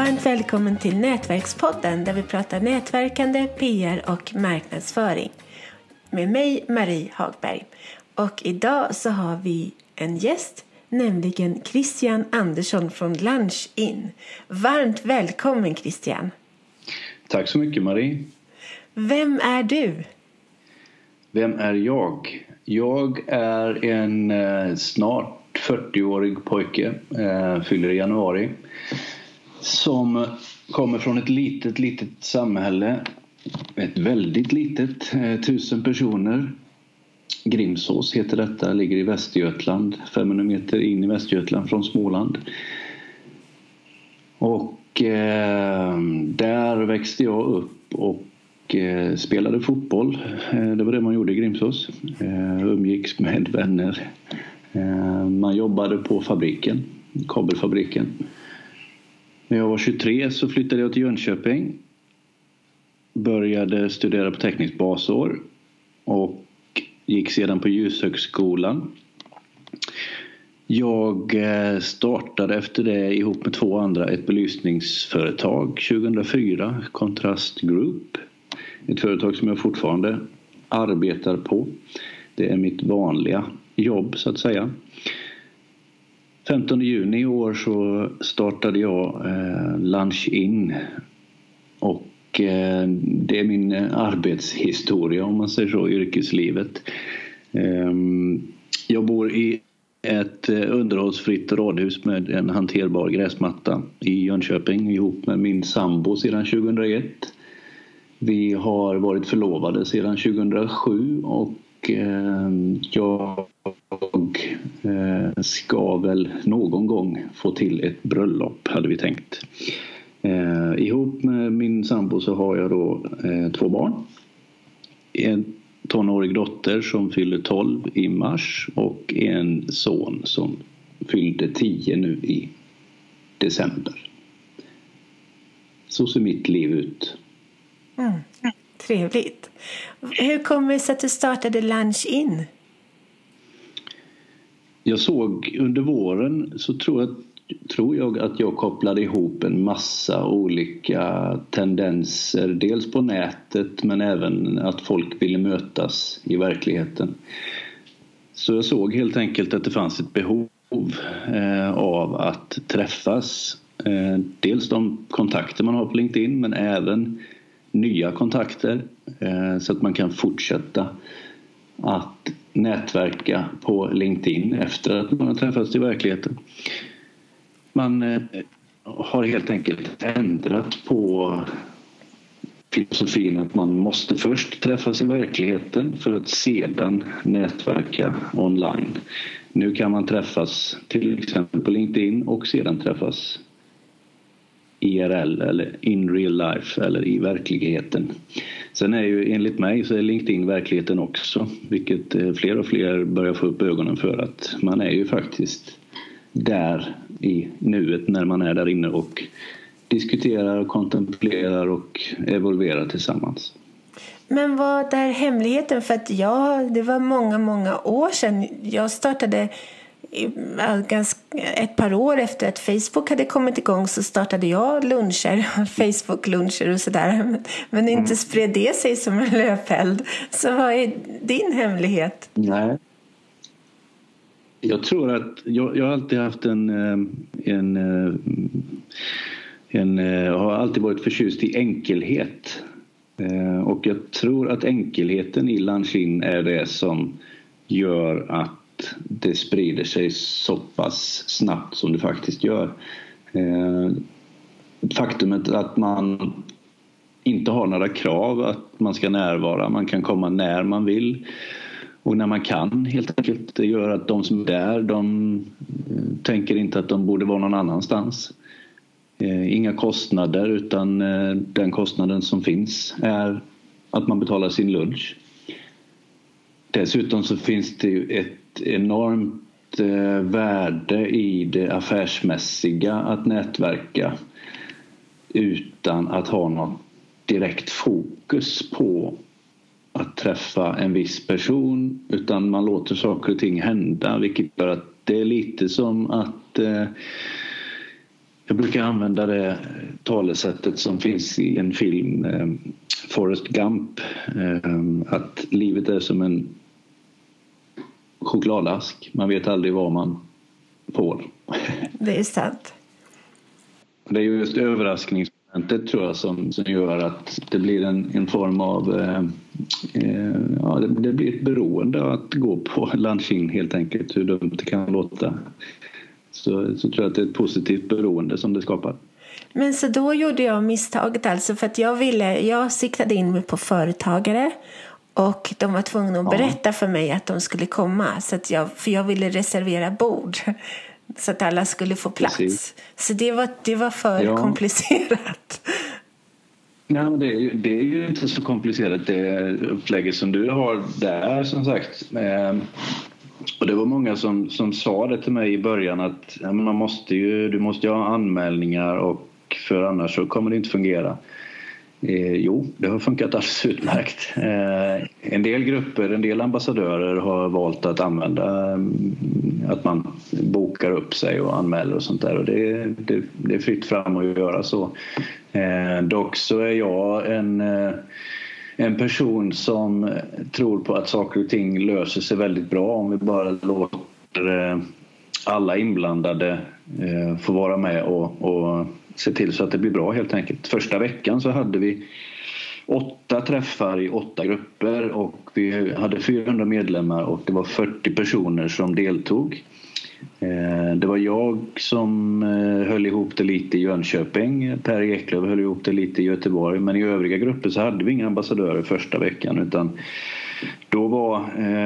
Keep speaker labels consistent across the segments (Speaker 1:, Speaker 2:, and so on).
Speaker 1: Varmt välkommen till Nätverkspodden där vi pratar nätverkande, PR och marknadsföring. Med mig Marie Hagberg. Och idag så har vi en gäst, nämligen Christian Andersson från Lunch In. Varmt välkommen Christian.
Speaker 2: Tack så mycket Marie.
Speaker 1: Vem är du?
Speaker 2: Vem är jag? Jag är en snart 40-årig pojke, fyller i januari, som kommer från ett litet samhälle, ett väldigt litet, 1000 personer. Grimsås heter detta, ligger i Västergötland, 500 meter in i Västergötland från Småland. Och där växte jag upp och spelade fotboll. Det var det man gjorde i Grimsås. Umgicks med vänner. Man jobbade på fabriken, kabelfabriken. När jag var 23 så flyttade jag till Jönköping. Började studera på tekniskt basår och gick sedan på Ljushögskolan. Jag startade efter det ihop med 2 andra ett belysningsföretag 2004, Kontrast Group. Ett företag som jag fortfarande arbetar på. Det är mitt vanliga jobb så att säga. 15 juni i år så startade jag Lunch In. Och det är min arbetshistoria om man säger så, yrkeslivet. Jag bor i ett underhållsfritt radhus med en hanterbar gräsmatta i Jönköping ihop med min sambo sedan 2001. Vi har varit förlovade sedan 2007 och jag ska väl någon gång få till ett bröllop hade vi tänkt. Ihop med min sambo så har jag då 2 barn. En tonårig dotter som fyller 12 i mars och en son som fyllde 10 nu i december. Så ser mitt liv ut.
Speaker 1: Trevligt. Hur kommer det sig att du startade Lunch In?
Speaker 2: Jag såg under våren så tror jag att jag kopplade ihop en massa olika tendenser. Dels på nätet men även att folk ville mötas i verkligheten. Så jag såg helt enkelt att det fanns ett behov av att träffas. Dels de kontakter man har på LinkedIn men även nya kontakter så att man kan fortsätta att nätverka på LinkedIn efter att man har träffats i verkligheten. Man har helt enkelt ändrat på filosofin att man måste först träffas i verkligheten för att sedan nätverka online. Nu kan man träffas till exempel på LinkedIn och sedan träffas IRL eller in real life eller i verkligheten. Sen är ju enligt mig så är LinkedIn verkligheten också, vilket fler och fler börjar få upp ögonen för att man är ju faktiskt där i nuet när man är där inne och diskuterar och kontemplerar och evolverar tillsammans.
Speaker 1: Men vad är hemligheten? För att det var många år sedan jag startade. Ett par år efter att Facebook hade kommit igång så startade jag Facebook-luncher och sådär. Men inte spred det sig som en löpeld. Så vad är din hemlighet?
Speaker 2: Nej. Jag tror att jag har alltid haft har alltid varit förtjust i enkelhet. Och jag tror att enkelheten i Lunch In är det som gör att det sprider sig så pass snabbt som det faktiskt gör. Faktumet att man inte har några krav att man ska närvara. Man kan komma när man vill och när man kan helt enkelt. Det gör att de som är där, de tänker inte att de borde vara någon annanstans. Inga kostnader utan den kostnaden som finns är att man betalar sin lunch. Dessutom så finns det ju ett enormt värde i det affärsmässiga att nätverka utan att ha något direkt fokus på att träffa en viss person, utan man låter saker och ting hända, vilket gör att det är lite som att Jag brukar använda det talesättet som finns i en film, Forrest Gump, att livet är som en chokladask. Man vet aldrig vad man får.
Speaker 1: Det är sant.
Speaker 2: Det är just överraskningsmomentet tror jag som gör att det blir en form av det blir ett beroende att gå på lunching helt enkelt, hur dumt det kan låta. Så tror jag att det är ett positivt beroende som det skapar.
Speaker 1: Men så då gjorde jag misstaget alltså, för att jag siktade in mig på företagare och de var tvungna att berätta för mig att de skulle komma, så att för jag ville reservera bord så att alla skulle få plats. Precis. Så det var för komplicerat.
Speaker 2: Ja, men det är ju inte så komplicerat det upplägget som du har där, som sagt. Och det var många som sa det till mig i början att du måste ha anmälningar, och för annars så kommer det inte fungera. Jo, det har funkat alldeles utmärkt. En del grupper, en del ambassadörer har valt att använda att man bokar upp sig och anmäler och sånt där, och det är fritt fram att göra så. Dock så är jag en person som tror på att saker och ting löser sig väldigt bra om vi bara låter alla inblandade få vara med och se till så att det blir bra helt enkelt. Första veckan så hade vi 8 träffar i 8 grupper, och vi hade 400 medlemmar och det var 40 personer som deltog. Det var jag som höll ihop det lite i Jönköping, Per Eklöf höll ihop det lite i Göteborg, men i övriga grupper så hade vi inga ambassadörer första veckan, utan då var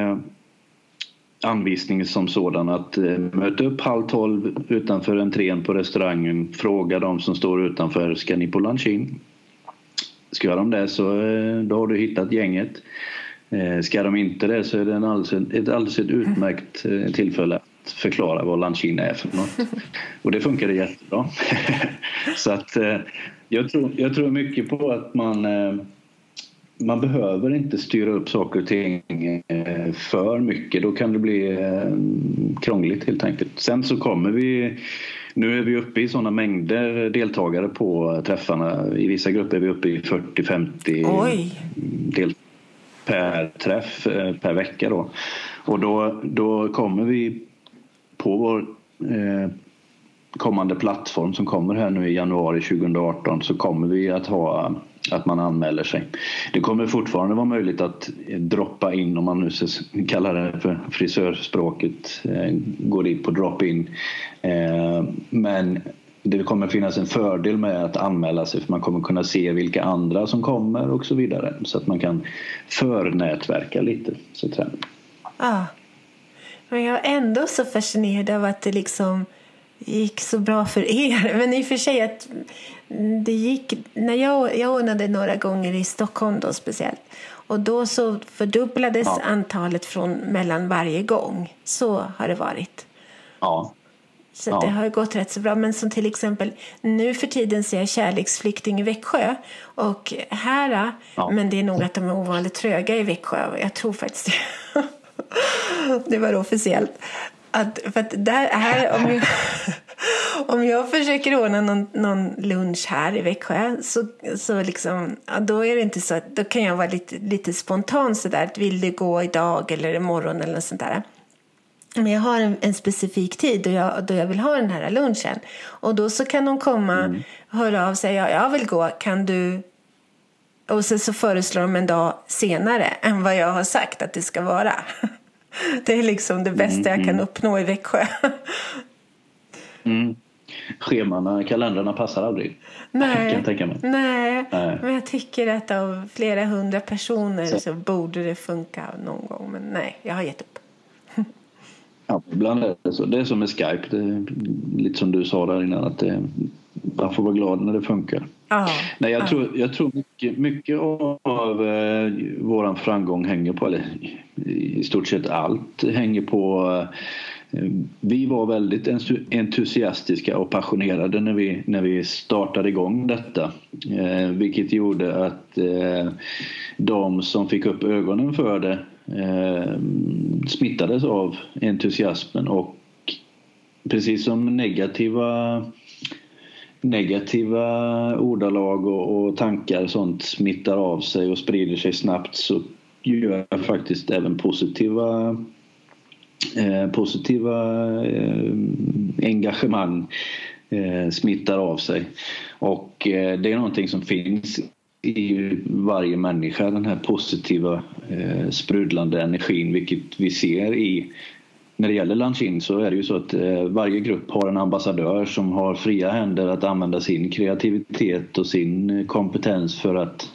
Speaker 2: anvisningen som sådan att möta upp 11:30 utanför entrén på restaurangen, fråga de som står utanför, ska ni på lunch in? Ska de det så då har du hittat gänget. Ska de inte det så är det ett alldeles utmärkt tillfälle att förklara vad lunch-in är för något. Och det funkade jättebra. Så att jag tror mycket på att man behöver inte styra upp saker och ting för mycket. Då kan det bli krångligt helt enkelt. Sen så nu är vi uppe i sådana mängder deltagare på träffarna. I vissa grupper är vi uppe i 40-50 deltagare per träff per vecka då. Och då kommer vi på vår kommande plattform som kommer här nu i januari 2018, så kommer vi att ha att man anmäler sig. Det kommer fortfarande vara möjligt att droppa in, om man nu kallar det för frisörspråket, gå dit på drop-in. Men det kommer finnas en fördel med att anmäla sig, för man kommer kunna se vilka andra som kommer och så vidare, så att man kan förnätverka lite. Så att säga.
Speaker 1: Men jag är ändå så fascinerad av att det liksom gick så bra för er. Men i och för sig att det gick, när jag ordnade några gånger i Stockholm då speciellt, och då så fördubblades antalet mellan varje gång. Så har det varit. Så det har gått rätt så bra. Men som till exempel nu för tiden ser jag kärleksflykting i Växjö. Och här, men det är nog att de är ovanligt tröga i Växjö. Jag tror faktiskt det. Det var officiellt. För att om jag försöker ordna någon lunch här i Växjö så liksom, då är det inte så att, då kan jag vara lite spontan så där, att vill du gå idag eller imorgon eller något sånt där. Men jag har en specifik tid då jag vill ha den här lunchen, och då så kan de komma och höra av sig, jag vill gå, kan du? Och så föreslår de en dag senare än vad jag har sagt att det ska vara. Det är liksom det bästa jag kan uppnå i Växjö.
Speaker 2: Kalendrarna passar aldrig.
Speaker 1: Nej, men jag tycker att av flera 100 personer så borde det funka någon gång. Men nej, jag har gett upp.
Speaker 2: Ja, ibland är det så. Det är som med Skype. Det är lite som du sa där innan, att man får vara glad när det funkar. Nej, jag tror mycket av våran framgång hänger på, eller i stort sett allt hänger på. Vi var väldigt entusiastiska och passionerade när vi startade igång detta, vilket gjorde att de som fick upp ögonen för det smittades av entusiasmen, och precis som negativa negativa ordalag och tankar och sånt smittar av sig och sprider sig snabbt, så gör faktiskt även positiva engagemang smittar av sig. Och det är någonting som finns i varje människa, den här positiva sprudlande energin, vilket vi ser i. När det gäller Lanshin så är det ju så att varje grupp har en ambassadör som har fria händer att använda sin kreativitet och sin kompetens för att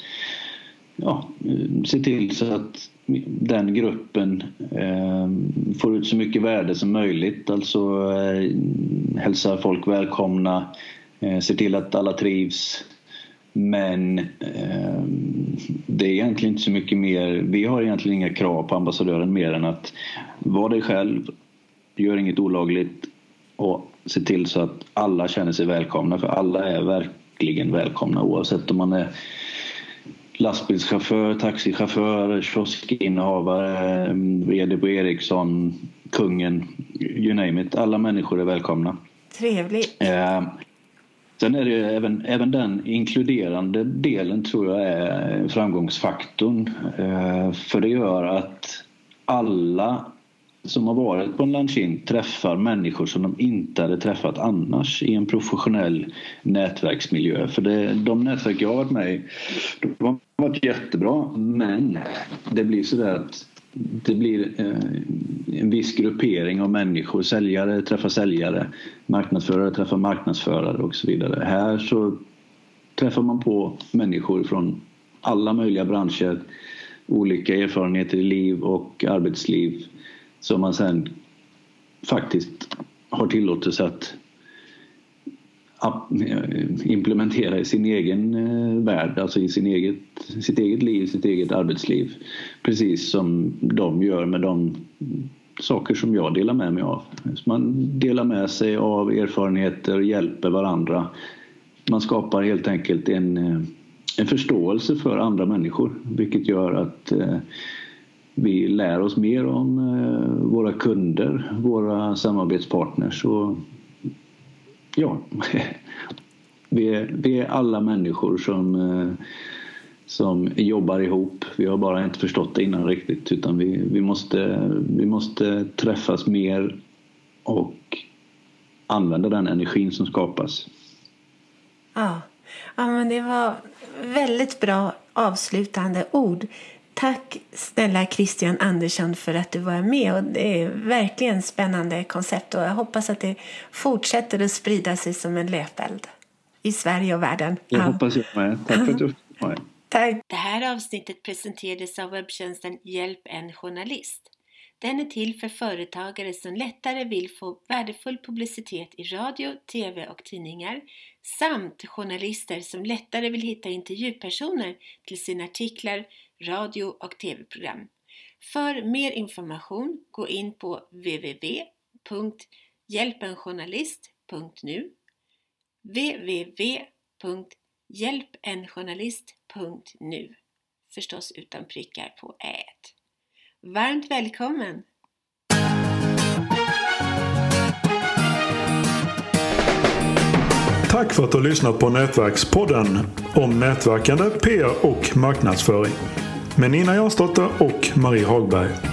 Speaker 2: se till så att den gruppen får ut så mycket värde som möjligt. Alltså hälsar folk välkomna, ser till att alla trivs. Men det är egentligen inte så mycket mer. Vi har egentligen inga krav på ambassadören mer än att vara dig själv, gör inget olagligt och se till så att alla känner sig välkomna. För alla är verkligen välkomna, oavsett om man är lastbilschaufför, taxichaufför, kioskinnehavare, vd på Ericsson, kungen, you name it. Alla människor är välkomna.
Speaker 1: Trevligt.
Speaker 2: Sen är det även den inkluderande delen, tror jag, är framgångsfaktorn. För det gör att alla som har varit på en Lanshin träffar människor som de inte hade träffat annars i en professionell nätverksmiljö. För de nätverk jag har varit med i, de har varit jättebra, men det blir så där att det blir en viss gruppering av människor. Säljare träffar säljare, marknadsförare träffar marknadsförare och så vidare. Här så träffar man på människor från alla möjliga branscher, olika erfarenheter i liv och arbetsliv, som man sen faktiskt har tillåtelse att implementera i sin egen värld, alltså i sitt eget liv, sitt eget arbetsliv, precis som de gör med de saker som jag delar med mig av. Man delar med sig av erfarenheter och hjälper varandra. Man skapar helt enkelt en förståelse för andra människor, vilket gör att vi lär oss mer om våra kunder, våra samarbetspartners, och vi är alla människor som jobbar ihop. Vi har bara inte förstått det innan riktigt, utan vi måste träffas mer och använda den energin som skapas.
Speaker 1: Ja, men det var väldigt bra avslutande ord. Tack snälla Christian Andersson för att du var med, och det är verkligen spännande koncept, och jag hoppas att det fortsätter att sprida sig som en löpeld i Sverige och världen.
Speaker 2: Jag hoppas jag med. Tack för att du var med.
Speaker 1: Tack. Det här avsnittet presenterades av webbtjänsten Hjälp en journalist. Den är till för företagare som lättare vill få värdefull publicitet i radio, tv och tidningar, samt journalister som lättare vill hitta intervjupersoner till sina artiklar, radio och tv-program. För mer information, gå in på www.hjälpenjournalist.nu www.hjälpenjournalist.nu, förstås utan prickar på ät. Varmt välkommen!
Speaker 3: Tack för att du har lyssnat på Nätverkspodden om nätverkande, PR och marknadsföring med Nina Jansdotter och Marie Hagberg.